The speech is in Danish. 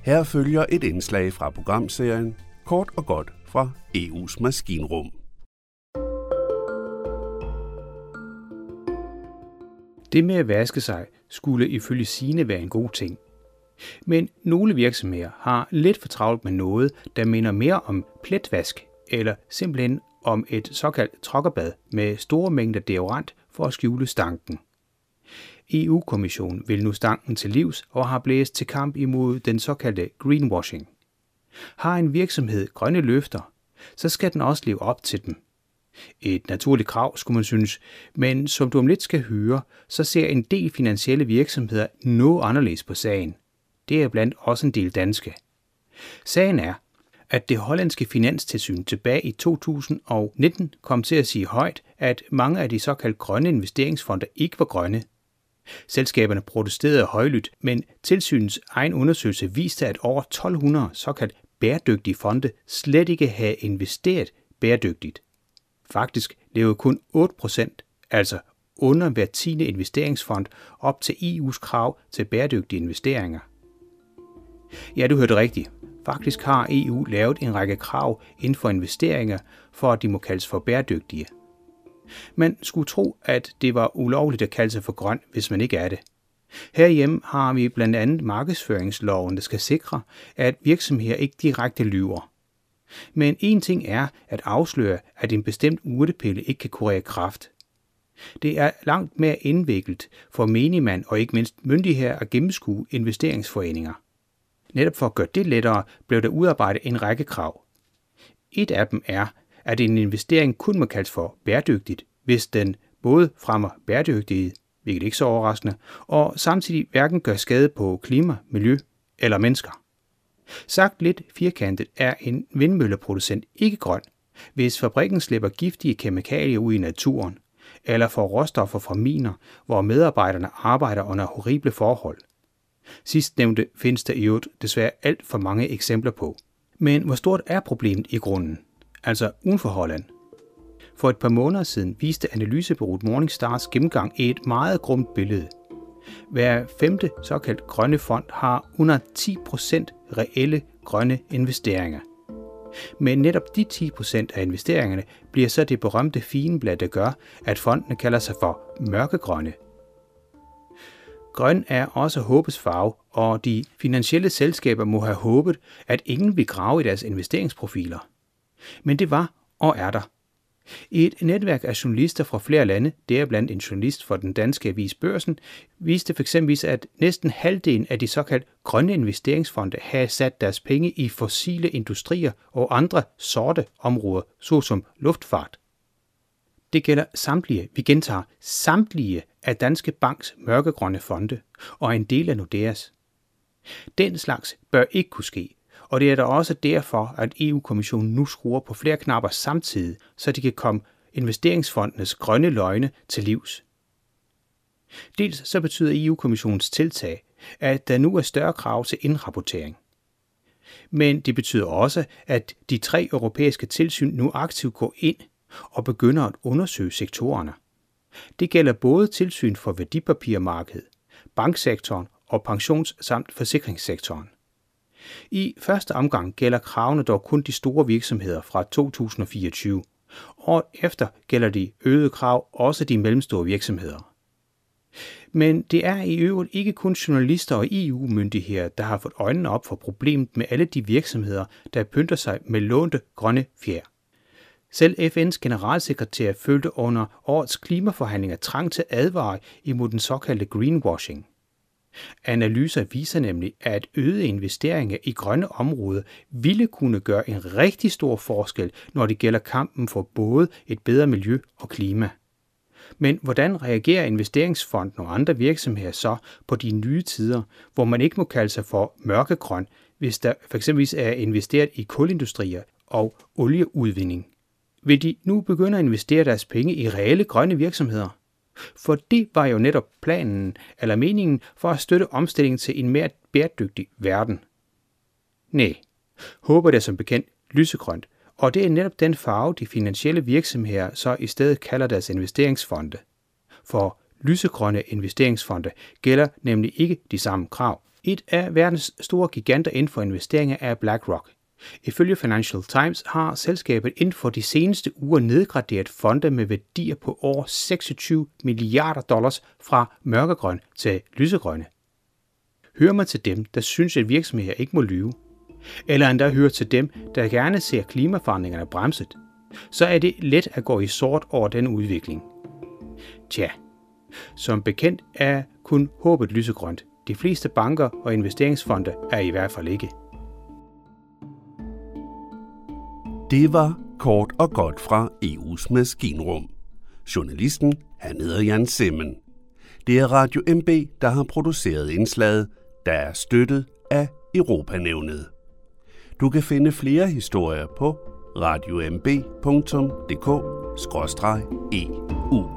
Her følger et indslag fra programserien Kort og godt fra EU's maskinrum. Det med at vaske sig skulle ifølge Signe være en god ting. Men nogle virksomheder har lidt for travlt med noget, der minder mere om pletvask eller simpelthen om et såkaldt trokkerbad med store mængder deodorant for at skjule stanken. EU-kommissionen vil nu stanken til livs og har blæst til kamp imod den såkaldte greenwashing. Har en virksomhed grønne løfter, så skal den også leve op til dem. Et naturligt krav, skulle man synes, men som du om lidt skal høre, så ser en del finansielle virksomheder noget anderledes på sagen. Det er blandt også en del danske. Sagen er, at det hollandske finanstilsyn tilbage i 2019 kom til at sige højt, at mange af de såkaldte grønne investeringsfonde ikke var grønne. Selskaberne protesterede højlydt, men tilsynets egen undersøgelse viste, at over 1200 såkaldt bæredygtige fonde slet ikke havde investeret bæredygtigt. Faktisk levede kun 8%, altså under hver 10. investeringsfond, op til EU's krav til bæredygtige investeringer. Ja, du hørte rigtigt. Faktisk har EU lavet en række krav inden for investeringer, for at de må kaldes for bæredygtige. Man skulle tro, at det var ulovligt at kalde sig for grøn, hvis man ikke er det. Herhjemme har vi blandt andet markedsføringsloven, der skal sikre, at virksomheder ikke direkte lyver. Men en ting er at afsløre, at en bestemt urtepille ikke kan kurere kræft. Det er langt mere indviklet for menigmand og ikke mindst myndigheder at gennemskue investeringsforeninger. Netop for at gøre det lettere, blev der udarbejdet en række krav. Et af dem er, at en investering kun må kaldes for bæredygtigt, hvis den både fremmer bæredygtighed, hvilket ikke så overraskende, og samtidig hverken gør skade på klima, miljø eller mennesker. Sagt lidt firkantet er en vindmølleproducent ikke grøn, hvis fabrikken slipper giftige kemikalier ud i naturen, eller får råstoffer fra miner, hvor medarbejderne arbejder under horrible forhold. Sidstnævnte findes der i øvrigt desværre alt for mange eksempler på. Men hvor stort er problemet i grunden? Altså uden for Holland. For et par måneder siden viste analysebureauet Morningstars gennemgang et meget grumt billede. Hver femte såkaldt grønne fond har under 10% reelle grønne investeringer. Men netop de 10% af investeringerne bliver så det berømte figenblad, der gør, at fondene kalder sig for mørkegrønne. Grøn er også håbets farve, og de finansielle selskaber må have håbet, at ingen vil grave i deres investeringsprofiler. Men det var og er der. Et netværk af journalister fra flere lande, deriblandt en journalist for den danske avis Børsen, viste f.eks. at næsten halvdelen af de såkaldte grønne investeringsfonde havde sat deres penge i fossile industrier og andre sorte områder, såsom luftfart. Det gælder samtlige, vi gentager, samtlige af Danske Banks mørkegrønne fonde og en del af Nordeas. Den slags bør ikke kunne ske, og det er da også derfor, at EU-kommissionen nu skruer på flere knapper samtidig, så de kan komme investeringsfondenes grønne løgne til livs. Dels så betyder EU-kommissionens tiltag, at der nu er større krav til indrapportering. Men det betyder også, at de 3 europæiske tilsyn nu aktivt går ind og begynder at undersøge sektorerne. Det gælder både tilsyn for værdipapirmarkedet, banksektoren og pensions- samt forsikringssektoren. I første omgang gælder kravene dog kun de store virksomheder fra 2024. Året efter gælder de øgede krav også de mellemstore virksomheder. Men det er i øvrigt ikke kun journalister og EU-myndigheder, der har fået øjnene op for problemet med alle de virksomheder, der pynter sig med lånte grønne fjer. Selv FN's generalsekretær følte under årets klimaforhandlinger trang til at advare imod den såkaldte greenwashing. Analyser viser nemlig, at øgede investeringer i grønne områder ville kunne gøre en rigtig stor forskel, når det gælder kampen for både et bedre miljø og klima. Men hvordan reagerer investeringsfonden og andre virksomheder så på de nye tider, hvor man ikke må kalde sig for mørkegrøn, hvis der f.eks. er investeret i kulindustrier og olieudvinding? Vil de nu begynde at investere deres penge i reelle grønne virksomheder? For det var jo netop planen eller meningen for at støtte omstillingen til en mere bæredygtig verden. Nej, håber det er som bekendt lysegrønt, og det er netop den farve, de finansielle virksomheder så i stedet kalder deres investeringsfonde. For lysegrønne investeringsfonde gælder nemlig ikke de samme krav. Et af verdens store giganter inden for investeringer er BlackRock. Ifølge Financial Times har selskabet inden for de seneste uger nedgraderet fonde med værdier på over 26 milliarder dollars fra mørkegrøn til lysegrønne. Hører man til dem, der synes, at virksomheder ikke må lyve, eller endda hører til dem, der gerne ser klimaforandringerne bremset, så er det let at gå i sort over den udvikling. Tja, som bekendt er kun håbet lysegrønt. De fleste banker og investeringsfonde er i hvert fald ikke. Det var kort og godt fra EU's maskinrum. Journalisten, han hedder Jan Simmen. Det er Radio MB, der har produceret indslaget, der er støttet af Europanævnet. Du kan finde flere historier på radiomb.dk/EU.